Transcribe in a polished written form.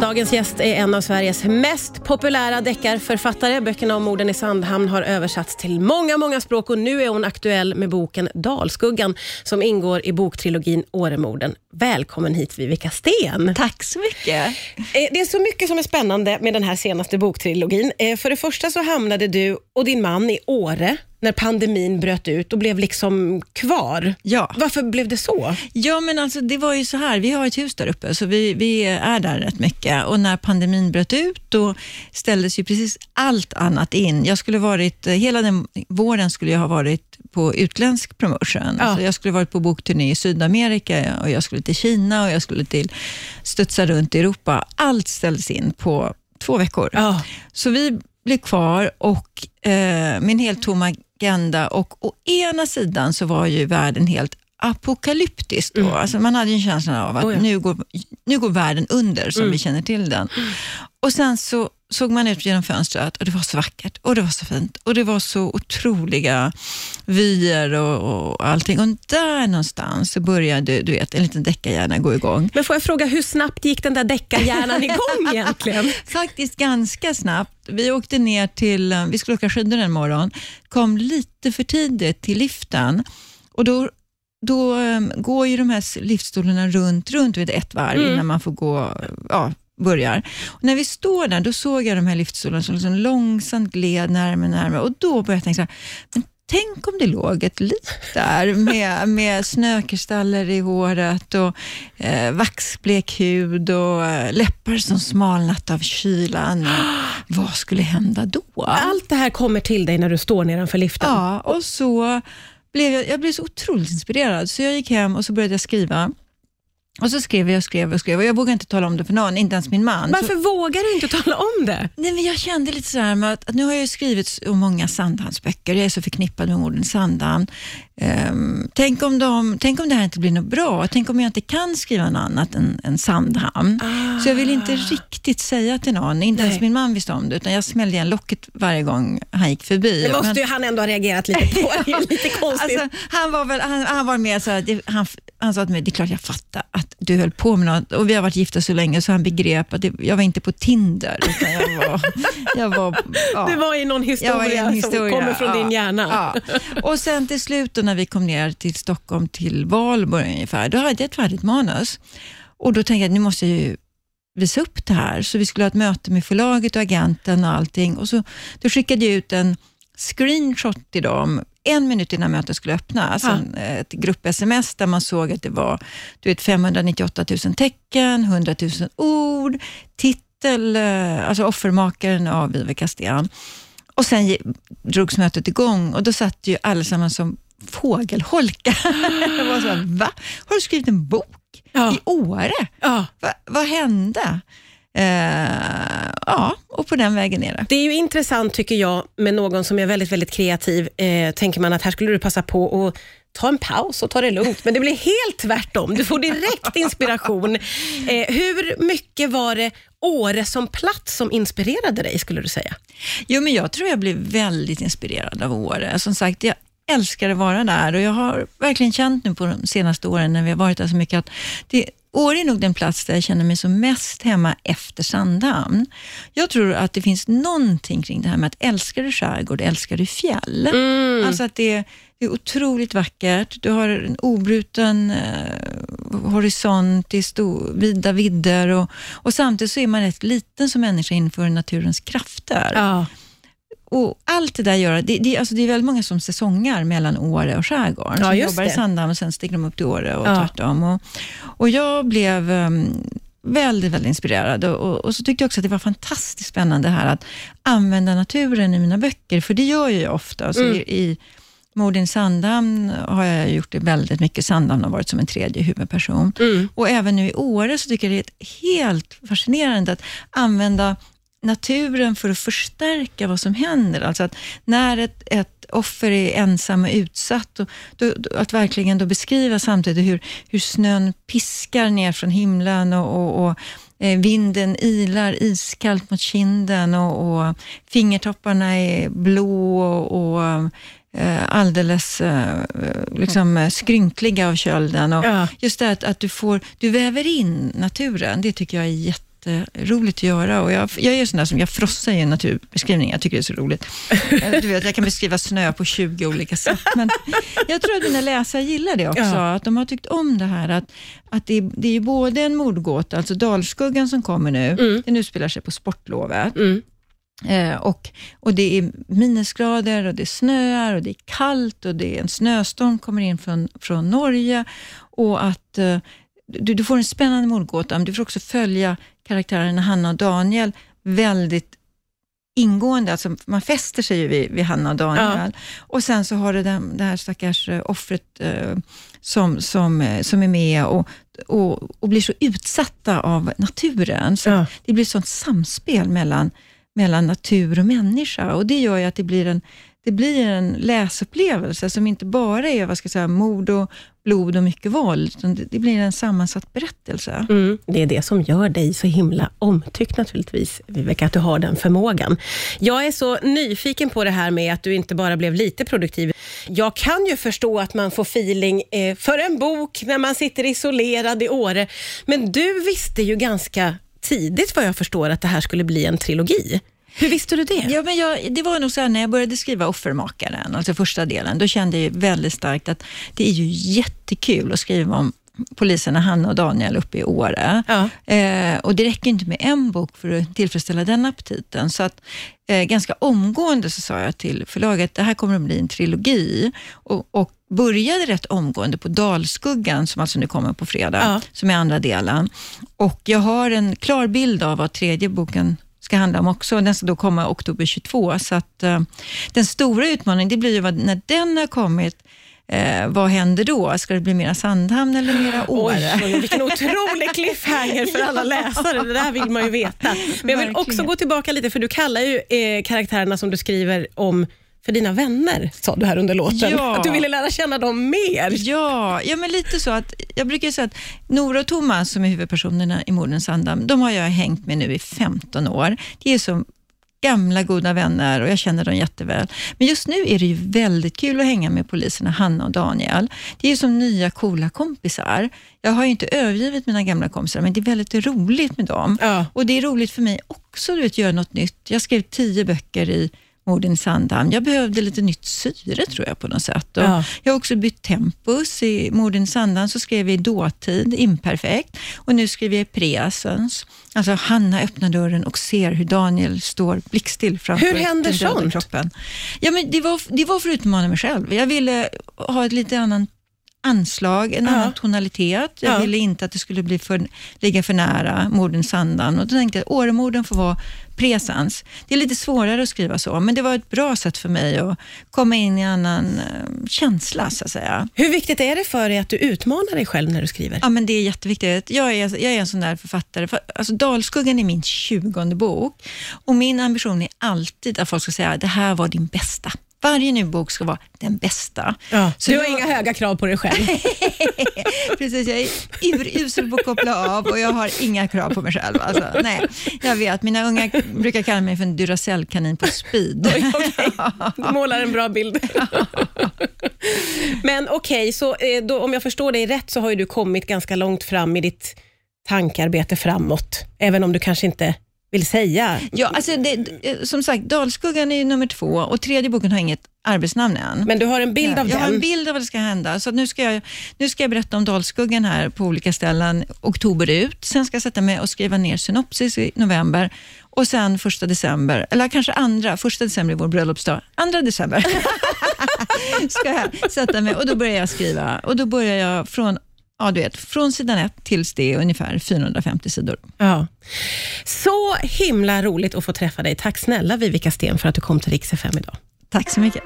Dagens gäst är en av Sveriges mest populära deckarförfattare. Böckerna om morden i Sandhamn har översatts till många språk och nu är hon aktuell med boken Dalskuggan som ingår i boktrilogin Åremorden. Välkommen hit, Vivica Sten. Tack så mycket. Det är så mycket som är spännande med den här senaste boktrilogin. För det första så hamnade du och din man i Åre när pandemin bröt ut och blev liksom kvar. Ja. Varför blev det så? Ja, men alltså det var ju så här, vi har ett hus där uppe så vi är där rätt mycket och när pandemin bröt ut då ställdes ju precis allt annat in. Jag skulle varit, hela den våren skulle jag ha varit på utländsk promotion. Ja. Så jag skulle varit på bokturné i Sydamerika och jag skulle till Kina och jag skulle studsa runt i Europa. Allt ställdes in på 2 veckor. Ja. Så vi blev kvar och med en helt tom agenda och å ena sidan så var ju världen helt apokalyptisk då. Alltså man hade ju en känsla av att nu går världen under som vi känner till den. Och sen så såg man ut genom fönstret och det var så vackert och det var så fint och det var så otroliga vyer och allting. Och där någonstans så började en liten deckarhjärna gå igång. Men får jag fråga, hur snabbt gick den där deckarhjärnan igång egentligen? Faktiskt ganska snabbt. Vi åkte ner till, vi skulle åka skidor en morgon, kom lite för tidigt till liften och då går ju de här liftstolarna runt vid ett varv innan man får gå, börjar. Och när vi står där, då såg jag de här liftstolarna som liksom långsamt gled närmare och då började jag tänka så här, men tänk om det låg ett lik där med snökristaller i håret och vaxblek hud och läppar som smalnat av kylan. Vad skulle hända då? Allt det här kommer till dig när du står nedanför liften. Ja, och så blev jag blev så otroligt inspirerad så jag gick hem och så började jag skriva. Och så skrev och jag vågade inte tala om det för någon, inte ens min man. Varför vågar du inte tala om det? Nej, men jag kände lite så här med att nu har jag ju skrivit om många Sandhamnsböcker. Jag är så förknippad med orden Sandhamn. Tänk om det här inte blir något bra. Tänk om jag inte kan skriva något annat än Sandhamn. Så jag vill inte riktigt säga till någon. Inte ens min man visste om det. Utan jag smällde igen locket varje gång han gick förbi. Det måste ju han ändå ha reagerat lite på. Det är lite konstigt. Alltså, han var med så att han sa till mig, det är klart jag fattar att du höll på med något. Och vi har varit gifta så länge så han begrep att jag var inte på Tinder. Utan jag var det var ju någon historia som kommer från din hjärna. Ja. Och sen till slut när vi kom ner till Stockholm till Valborg ungefär, då hade jag ett färdigt manus. Och då tänkte jag att nu måste jag ju visa upp det här. Så vi skulle ha ett möte med förlaget och agenten och allting. Och så då skickade jag ut en screenshot till dem 1 minut innan mötet skulle öppna. Alltså ett grupp-sms där man såg att det var 598 000 tecken, 100 000 ord, titel, alltså offermakaren av Vivica Sten. Och sen drogs mötet igång och då satt ju allesammans som fågelholka. Jag var så här, va? Har du skrivit en bok i Åre? Ja. Vad hände? Och på den vägen är det. Det är ju intressant tycker jag med någon som är väldigt, väldigt kreativ. Tänker man att här skulle du passa på att ta en paus och ta det lugnt. Men det blir helt tvärtom. Du får direkt inspiration. Hur mycket var det Åre som plats som inspirerade dig, skulle du säga? Jo, men jag tror jag blev väldigt inspirerad av Åre. Som sagt, jag älskar att vara där och jag har verkligen känt nu på de senaste åren när vi har varit där så mycket att Åre är nog den plats där jag känner mig som mest hemma efter Sandhamn. Jag tror att det finns någonting kring det här med att älska du skärgård, älskar du fjäll. Alltså att det är otroligt vackert. Du har en obruten horisont i vida vidder och samtidigt så är man rätt liten som människa inför naturens krafter. Ja. Och allt det där gör, det är väldigt många som säsongar mellan Åre och skärgården. Som jobbar i Sandhamn och sen stiger de upp till Åre och tvärtom. Och jag blev väldigt, väldigt inspirerad. Och så tyckte jag också att det var fantastiskt spännande här att använda naturen i mina böcker. För det gör jag ju ofta. Så i Morden i Sandhamn har jag gjort det väldigt mycket. Sandhamn har varit som en 3:e huvudperson. Och även nu i Åre så tycker jag det är helt fascinerande att använda naturen för att förstärka vad som händer. Alltså att när ett offer är ensam och utsatt och att verkligen då beskriva samtidigt hur snön piskar ner från himlen och vinden ilar iskallt mot kinden och fingertopparna är blå och alldeles liksom skrynkliga av kölden och just det att du väver in naturen, det tycker jag är jätteroligt att göra. Och jag är sån där som jag frossar i en naturbeskrivning. Jag tycker det är så roligt. Du vet, jag kan beskriva snö på 20 olika sätt. Men jag tror att mina läsare gillar det också. Att de har tyckt om det här. Att det är ju både en mordgåta, alltså Dalskuggan som kommer nu. Den utspelar sig på sportlovet. Och det är minusgrader och det snöar och det är kallt och det är en snöstorm kommer in från Norge, och att du får en spännande mordgåta, men du får också följa karaktärerna Hanna och Daniel väldigt ingående, alltså man fäster sig ju vid Hanna och Daniel, och sen så har du det här stackars offret som är med och blir så utsatta av naturen, så det blir sånt samspel mellan natur och människa, och det gör ju att det blir en läsupplevelse som inte bara är mord och blod och mycket våld, utan det blir en sammansatt berättelse. Det är det som gör dig så himla omtyckt naturligtvis, Viveka, att du har den förmågan. Jag är så nyfiken på det här med att du inte bara blev lite produktiv. Jag kan ju förstå att man får feeling för en bok när man sitter isolerad i Åre, men du visste ju ganska tidigt, vad jag förstår, att det här skulle bli en trilogi. Hur visste du det? Ja, men det var nog så här, när jag började skriva Offermakaren, alltså första delen, då kände jag väldigt starkt att det är ju jättekul att skriva om poliserna Hanna och Daniel uppe i Åre. Och det räcker inte med en bok för att tillfredsställa den aptiten. Så att ganska omgående så sa jag till förlaget att det här kommer att bli en trilogi. Och började rätt omgående på Dalskuggan, som alltså nu kommer på fredag, som är andra delen. Och jag har en klar bild av vad tredje boken ska handla om också. Den ska då komma oktober 22. Så att den stora utmaningen, det blir ju när den har kommit, vad händer då? Ska det bli mera Sandhamn eller mera Åre? Oj, vilken otrolig cliffhanger för alla läsare. Det där vill man ju veta. Men jag vill också gå tillbaka lite, för du kallar ju karaktärerna som du skriver om för dina vänner, sa du här under låten. Att du ville lära känna dem mer. Ja, men lite så att jag brukar säga att Nora och Thomas, som är huvudpersonerna i Morden Sandhamn, de har jag hängt med nu i 15 år. Det är som gamla goda vänner och jag känner dem jätteväl. Men just nu är det ju väldigt kul att hänga med poliserna Hanna och Daniel. Det är ju som nya coola kompisar. Jag har ju inte övergivit mina gamla kompisar, men det är väldigt roligt med dem. Och det är roligt för mig också att göra något nytt. Jag skrev 10 böcker i Morden Sandhamn. Jag behövde lite nytt syre, tror jag, på något sätt. Och jag har också bytt tempus. I Morden Sandhamn så skrev vi i dåtid, imperfekt. Och nu skriver jag i presens. Alltså Hanna öppnar dörren och ser hur Daniel står blickstill framför den döda kroppen. Ja, men det var för att utmana mig själv. Jag ville ha ett lite annan anslag, en annan tonalitet. Jag ville inte att det skulle ligga för nära Morden Sandhamn. Och då tänkte jag att Åremorden får vara presens. Det är lite svårare att skriva så, men det var ett bra sätt för mig att komma in i en annan känsla, så att säga. Hur viktigt är det för dig att du utmanar dig själv när du skriver? Ja, men det är jätteviktigt. Jag är en sån där författare. Alltså Dalskuggan är min 20:e bok. Och min ambition är alltid att folk ska säga att det här var din bästa. Varje ny bok ska vara den bästa. Så du har inga höga krav på dig själv. Precis, jag är urusel på att koppla av och jag har inga krav på mig själv. Alltså, nej, jag vet, mina unga brukar kalla mig för en Duracell-kanin på speed. Okay. Du målar en bra bild. Men okej, så då, om jag förstår dig rätt, så har ju du kommit ganska långt fram i ditt tankarbete framåt. Även om du kanske inte vill säga. Ja, alltså som sagt, Dalskuggan är nummer 2 och tredje boken har inget arbetsnamn än. Men du har en bild av den? Jag har en bild av vad det ska hända. Så nu ska jag berätta om Dalskuggan här på olika ställen oktober ut. Sen ska jag sätta mig och skriva ner synopsis i november. Och sen 1 december, eller kanske 1 december är vår bröllopsdag. 2 december ska jag sätta mig och då börjar jag skriva. Och då börjar jag från sidan 1 tills det är ungefär 450 sidor. Ja. Så himla roligt att få träffa dig. Tack snälla Viveka Sten för att du kom till Rix FM idag. Tack så mycket.